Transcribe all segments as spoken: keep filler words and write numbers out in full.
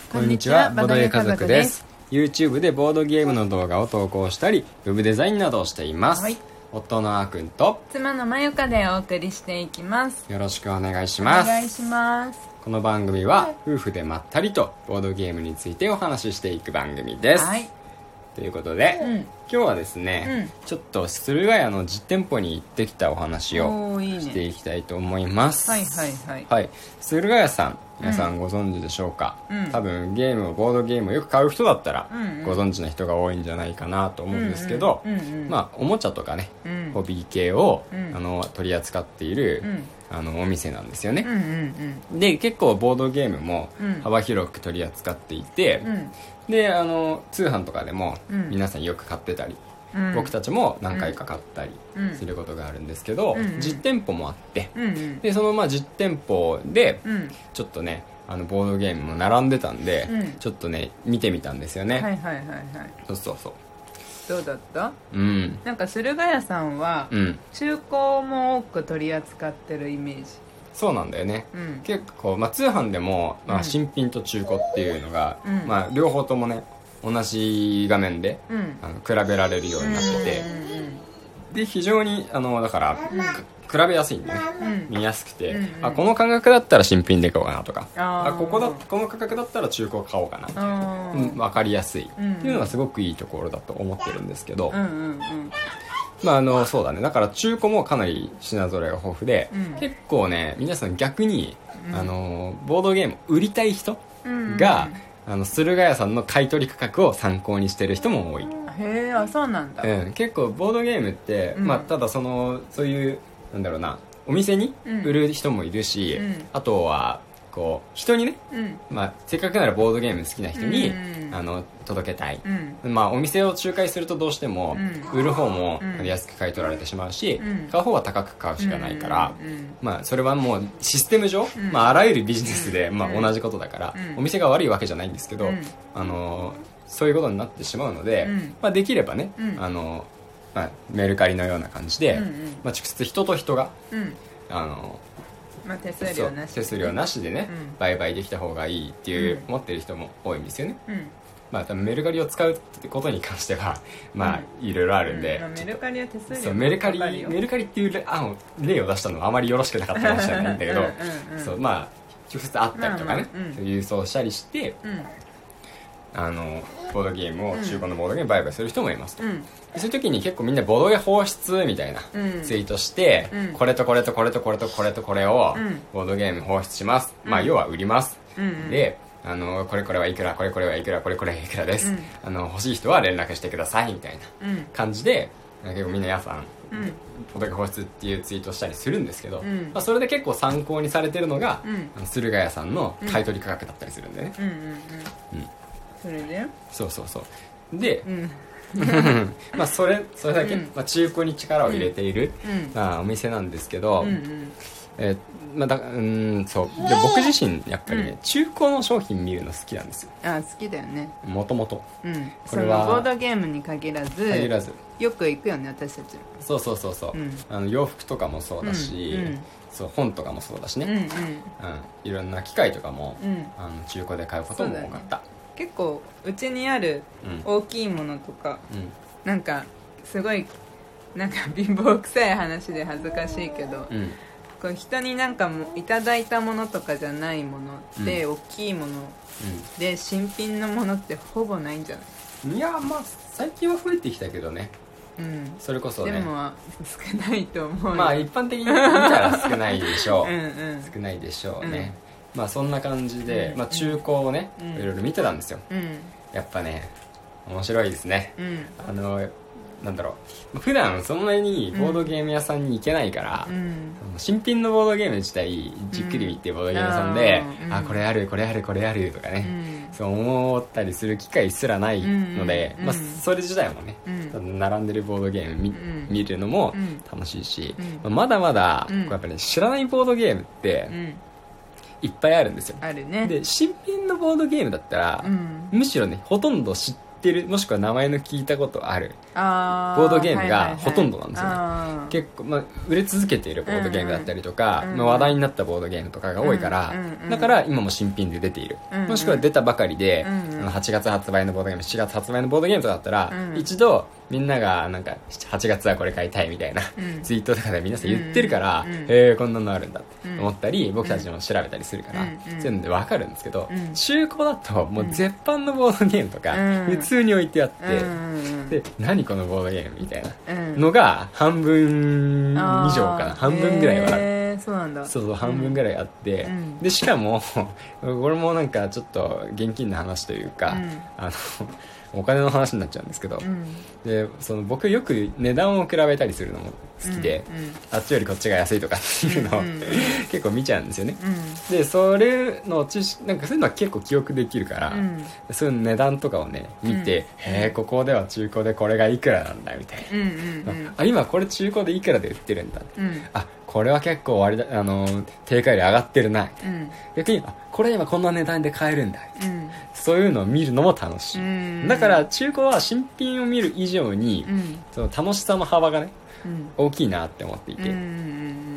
こんにちは、ボードゲー家族です。 YouTube でボードゲームの動画を投稿したりウェブデザインなどをしています、はい、夫のあーくんと妻のまゆかでお送りしていきます。 よろしくお願いします。 お願いします。 この番組は夫婦でまったりとボードゲームについてお話ししていく番組です、はい、ということで、うん、今日はですね、うん、ちょっと駿河屋の実店舗に行ってきたお話をしていきたいと思います。 いいね、はいはいはい、 はい、駿河屋さん皆さんご存知でしょうか、うん、多分ゲームをボードゲームをよく買う人だったらご存知な人が多いんじゃないかなと思うんですけど、まあおもちゃとかね、うん、ホビー系を、うん、あの取り扱っている、うん、あのお店なんですよね、うんうんうん、で結構ボードゲームも幅広く取り扱っていて、うん、であの通販とかでも皆さんよく買ってたり、うん、僕たちも何回か買ったりすることがあるんですけど、うん、実店舗もあって、うん、でそのまあ実店舗でちょっとねあのボードゲームも並んでたんで、うん、ちょっとね見てみたんですよね。 はいはいはいはい。 そうそうそう。 どうだった？ うん。 なんか駿河屋さんは中古も多く取り扱ってるイメージ。 そうなんだよね、うん、結構、まあ、通販でも、まあ、新品と中古っていうのが、うん、まあ、両方ともね同じ画面で、うん、あの比べられるようになってて、うん、で非常にあのだから、うん、比べやすいんでね、うん、見やすくて、うん、あこの価格だったら新品で買おうかなとか、あここだこの価格だったら中古買おうかなとか、うん、分かりやすいっていうのがすごくいいところだと思ってるんですけど、うんうんうん、まああのそうだね、だから中古もかなり品揃えが豊富で、うん、結構ね皆さん逆に、うん、あのボードゲーム売りたい人が、うんうん、あの駿河屋さんの買い取り価格を参考にしてる人も多い。 へえ、あそうなんだ、 うん、結構ボードゲームって、うん、まあ、ただそのそういうなんだろうなお店に売る人もいるし、うん、あとはこう人にね、うんまあ、せっかくならボードゲーム好きな人に、うん、あの届けたい、うんまあ、お店を仲介するとどうしても、うん、売る方も安く買い取られてしまうし、うん、買う方は高く買うしかないから、うんまあ、それはもうシステム上、うんまあ、あらゆるビジネスで、まあ、同じことだから、うん、お店が悪いわけじゃないんですけど、うん、あのそういうことになってしまうので、うんまあ、できればね、うんあのまあ、メルカリのような感じで、うんうんまあ、直接人と人が、うんあのまあ、手数料なし手数料なしでね、うん、売買できた方がいいっていう、うん、思ってる人も多いんですよね、うんまあ、多分メルカリを使うってことに関してはまあ、うん、いろいろあるんで、うんまあ、 メルカリは手数料そうメルカリメルカリっていう案例を出したのはあまりよろしくなかったかもしれないんだけどうん、そうまあ直接会ったりとかね、まあまあうん、郵送したりして、うんあのボードゲームを、うん、中古のボードゲーム売買する人もいますと、うん、そういう時に結構みんなボードゲーム放出みたいなツイートして、うん、これとこれとこれとこれとこれとこれをボードゲーム放出します、うん、まあ要は売ります、うん、であのこれこれはいくらこれこれはいくらこれこれはいくらです、うん、あの欲しい人は連絡してくださいみたいな感じで結構みんな皆さん、うん、ボードゲーム放出っていうツイートしたりするんですけど、うんまあ、それで結構参考にされてるのが、うん、あの駿河屋さんの買い取り価格だったりするんでね、うんうんうんうんそれでそうそうそうで、うんまあそれそれだけ、うんまあ、中古に力を入れている、うんまあ、お店なんですけど、うんうんえーまあ、だうんそうで僕自身やっぱりね、うん、中古の商品見るの好きなんですよ。 あ好きだよねもともとこれはボードゲームに限らず限らずよく行くよね私たち。 そうそうそうそう、うん、あの洋服とかもそうだし、うんうん、そう本とかもそうだしね、うんうんうん、いろんな機械とかも、うん、あの中古で買うことも多かった。 結構うちにある大きいものとか、うん、なんかすごいなんか貧乏くさい話で恥ずかしいけど、うん、こう人になんかもいただいたものとかじゃないもので、うん、大きいもので新品のものってほぼないんじゃない？ いやまあ最近は増えてきたけどね、うん、それこそねでも少ないと思う。 まあ一般的に見たら少ないでしょううん、うん、少ないでしょうね、うんまあそんな感じで、うんまあ、中古をね、うん、いろいろ見てたんですよ、うん、やっぱね面白いですね、うん、あのなんだろう普段そんなにボードゲーム屋さんに行けないから、うん、新品のボードゲーム自体じっくり見てボードゲーム屋さんで、うん、あこれあるこれあるこれあるとかね、うん、そう思ったりする機会すらないので、うんまあ、それ自体もね、うん、並んでるボードゲーム 見,、うん、見るのも楽しいし、うんまあ、まだまだ、うん、やっぱり、ね、知らないボードゲームって、うんいっぱいあるんですよ。 あるね。 で新品のボードゲームだったら、うん、むしろねほとんど知っってる、もしくは名前の聞いたことあるあボードゲームがほとんどなんですよね、 はいはいはい、 結構、まあ、売れ続けているボードゲームだったりとか、 うんうんまあ、話題になったボードゲームとかが多いから、 うんうんうん、 だから今も新品で出ている、うんうん、もしくは出たばかりで、うんうん、はちがつ発売のボードゲームしちがつ発売のボードゲームとかだったら、うん、一度みんながなんかはちがつはこれ買いたいみたいな、うん、ツイートとかで皆さん言ってるから、うんうん、へえこんなのあるんだって思ったり、うん、僕たちも調べたりするから、うん、そういうので分かるんですけど、うん、中古だともう絶版のボードゲームとか普通に置いてあって、うん、で何このボードゲームみたいなのが半分以上かな、半分ぐらいはある。 そうなんだ。 そうそう、半分ぐらいあって、うん、でしかもこれもなんかちょっと現金の話というか、うん、あのお金の話になっちゃうんですけど、うん、でその僕よく値段を比べたりするのも好きで、うんうん、あっちよりこっちが安いとかっていうのを、うんうん、結構見ちゃうんですよね、うん、でそれの知識なんかそういうのは結構記憶できるから、うん、そういう値段とかをね見て、うん、へえここでは中古でこれがいくらなんだみたいな、うんうんうん、あ今これ中古でいくらで売ってるんだ、うん、あこれは結構割だあの定価より上がってるなみたいな、うん、逆にあこれ今こんな値段で買えるんだみたいな、うん、そういうのを見るのも楽しい、うん、だから中古は新品を見る以上に、うん、その楽しさの幅がね、うん、大きいなって思っていて、うん、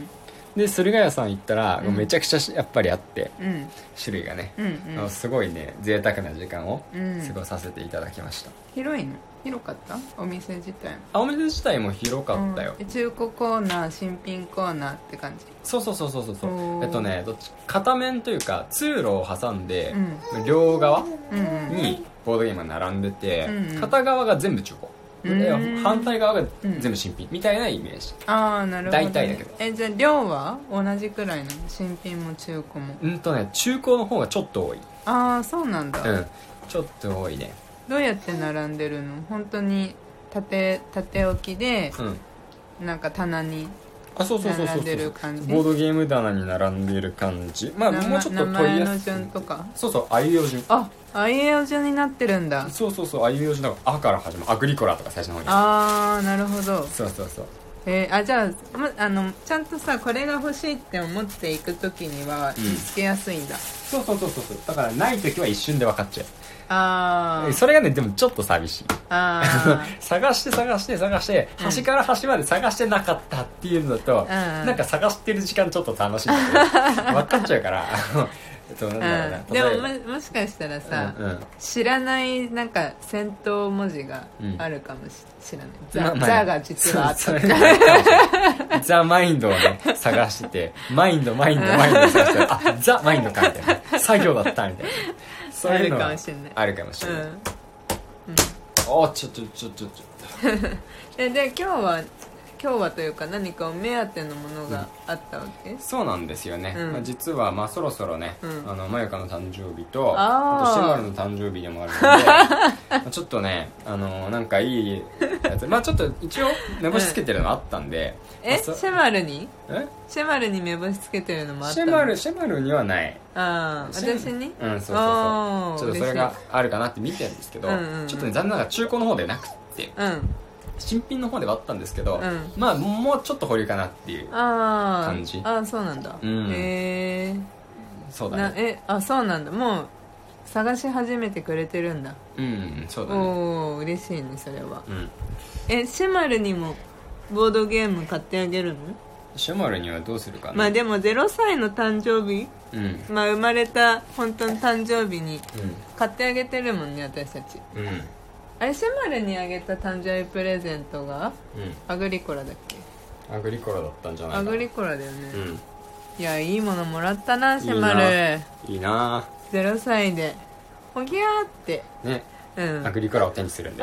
で駿河屋さん行ったら、うん、めちゃくちゃやっぱりあって、うん、種類がね、うんうん、すごいね贅沢な時間を過ごさせていただきました、うん、 広いの広かったお店自体も。 あお店自体も広かったよ、 うん、中古コーナー新品コーナーって感じ。 そうそうそうそうそうえっとねどっち片面というか通路を挟んで、うん、両側にボードゲームが並んでて、うんうん、片側が全部中古で反対側が全部新品みたいなイメージ、 うん、ああなるほど、ね、 大体だけど。 えじゃあ量は同じくらいなの？新品も中古も。 うんとね中古の方がちょっと多い。 ああそうなんだ、 うんちょっと多いね。 どうやって並んでるの？本当に縦縦置きで、うん、なんか棚に並んでる感じ。 ボードゲーム棚に並んでいる感じ。まあもうちょっと取りやすい。名前の順とか。そうそうあいうえお順。 ああいうえお順になってるんだ。 そうそうそうあいうえお順だからあから始まる。アグリコラとか最初の方に。 ああなるほど。 そうそうそう。 えー、あじゃあ、ま、あのちゃんとさこれが欲しいって思っていくときには見つけやすいんだ、うん、 そうそうそうそうだからないときは一瞬で分かっちゃう。 あそれがねでもちょっと寂しい。 あ探して探して探して、うん、端から端まで探してなかったっていうのだと、うん、なんか探してる時間ちょっと楽しいんだけど分かっちゃうからなんだろうな、 うん、でも も, もしかしたらさ、うんうん、知らないなんか戦闘文字があるかもしれない、うん、ザ, まあ、ザが実はあったザマインドをね探しててマインドマインドマインド探してあザマインドかみたいな作業だったみたいなそういうのはあるかもしれない。うんうん、おちょちょちょちょちょえで今日は今日はというか何かお目当てのものがあったわけ、うん、 そうなんですよね、うんまあ、実はまあそろそろね、うん、あのまゆかの誕生日とあとシェマルの誕生日でもあるのでまあちょっとねあのなんかいいやつまあちょっと一応目星つけてるのあったんで、 うん、え、まあ、シェマルにえシェマルに目星つけてるのもあったの？ シェマルシェマルにはない。 ああ私にうんそうそうそうちょっとそれがあるかなって見てるんですけど、うんうんうん、ちょっとね残念ながら中古の方でなくて、うん新品の方ではあったんですけど、うん、まあもうちょっと保留かなっていう感じ。 ああそうなんだ、うん、へえそうだねえあそうなんだもう探し始めてくれてるんだ。 うんそうだね。 おお嬉しいねそれは、うん、えシェマルにもボードゲーム買ってあげるの？ シェマルにはどうするかな。 まあでもゼロさいの誕生日、うん、まあ生まれた本当の誕生日に買ってあげてるもんね私たち。うんあれシェマルにあげた誕生日プレゼントが、うん、アグリコラだっけ？ アグリコラだったんじゃないかな。 アグリコラだよね、うん、いやいいものもらったなシェマル。 いいなゼロさいでほぎゃーってね、うん、アグリコラを手にするんで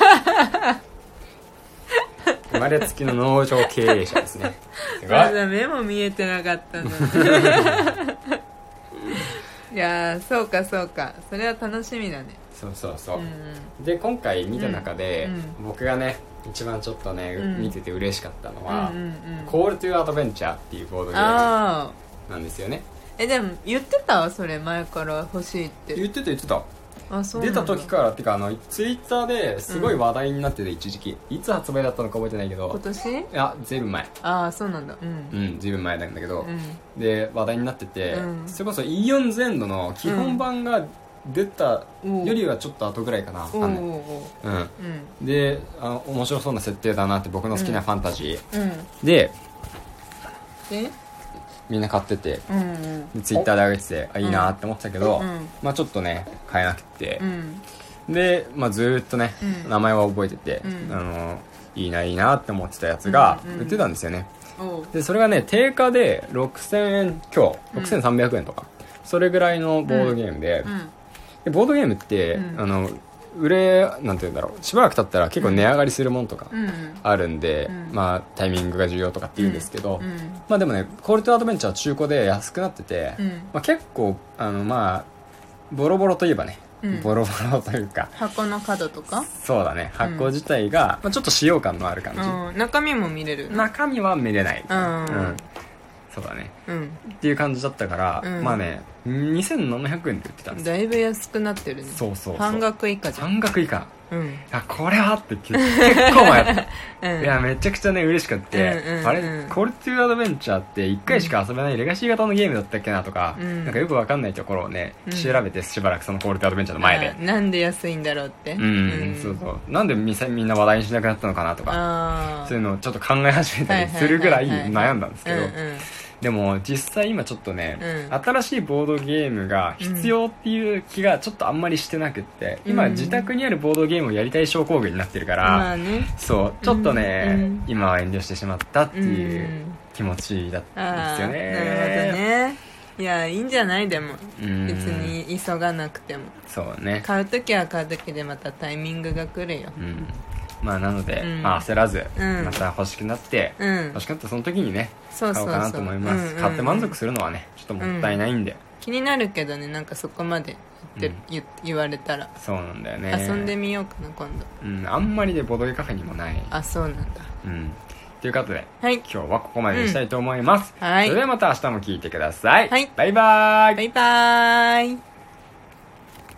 生まれつきの農場経営者ですねまだ目も見えてなかったのいやそうかそうかそれは楽しみだね。 そうそうそう、うんうん、で今回見た中で、うんうん、僕がね一番ちょっとね、うん、見てて嬉しかったのは、うんうんうん、コールトゥーアドベンチャーっていうボードゲームなんですよね。 えでも言ってたそれ前から欲しいって言ってた言ってた。あそう出た時からっていうかあのツイッターですごい話題になってて、うん、一時期いつ発売だったのか覚えてないけど今年いやずいぶん前。 ああそうなんだうん、 うん、ずいぶん前なんだけど、うん、で話題になってて、うん、それこそイオンズエンドの基本版が出たよりはちょっと後ぐらいかな、 うん、 うん、であの面白そうな設定だなって僕の好きなファンタジー、うん、ででみんな買ってて、 うんうん、 ツイッターで上げてて、あいいなって思ってたけど、うん、まあちょっとね買えなくて、うん、で、まあ、ずーっとね、うん、名前は覚えてて、うん、あのいいないいなって思ってたやつが売ってたんですよね、うんうん、でそれがね定価でろくせんえん強ろくせんさんびゃくえんとか、うん、それぐらいのボードゲームで、うん、でボードゲームって、うん、あの売れなんて言うんだろうしばらく経ったら結構値上がりするものとかあるんで、うん、まあタイミングが重要とかって言うんですけど、うん、まあでもねコールトアドベンチャー中古で安くなってて、うん、まあ、結構あのまあボロボロといえばね、うん、ボロボロというか箱の角とかそうだね箱自体が、うんまあ、ちょっと使用感のある感じ、 うん、中身も見れる中身は見れない、 うん、 うんそうだね、 うん、 っていう感じだったから、うん、まあねにせんななひゃくえんで売ってたんですだいぶ安くなってるねそうそうそう半額以下じゃん半額以下、 うん、いやこれはって結構迷った、うん、いやめちゃくちゃね嬉しくって、うんうんうん、あれコールトゥーアドベンチャーっていっかいしか遊べないレガシー型のゲームだったっけなとか、うん、なんかよくわかんないところをね、うん、調べてしばらくそのコールトゥーアドベンチャーの前でなんで安いんだろうってうん、うん、そうそうなんでみんな話題にしなくなったのかなとかそういうのをちょっと考え始めたりするぐらい悩んだんですけどでも実際今ちょっとね、うん、新しいボードゲームが必要っていう気がちょっとあんまりしてなくって、うん、今自宅にあるボードゲームをやりたい症候群になってるから、 まあね、 そうちょっとね、うん、今は遠慮してしまったっていう気持ちだったんですよね、 うん、なるほどねいやいいんじゃないでも、うん、別に急がなくてもそうね買うときは買うときでまたタイミングが来るよ、 うんまあなので、うんまあ、焦らず、うん、また欲しくなって、うん、欲しくなったその時にね買おうかなと思います、うんうんうん、買って満足するのはねちょっともったいないんで、うん、 気になるけどねなんかそこまで言って、うん、言われたらそうなんだよね遊んでみようかな今度、 うん、あんまりでボドゲカフェにもないあそうなんだうんということで、 はい、 今日はここまでにしたいと思います、 うんはい、 それではまた明日も聞いてください、 はい、 バイバーイバイバーイ